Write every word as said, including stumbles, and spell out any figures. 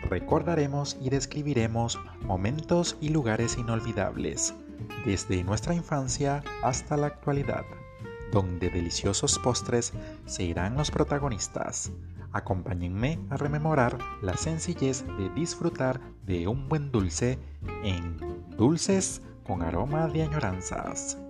recordaremos y describiremos momentos y lugares inolvidables, desde nuestra infancia hasta la actualidad, donde deliciosos postres serán los protagonistas. Acompáñenme a rememorar la sencillez de disfrutar de un buen dulce en Dulces con Aroma de Añoranzas.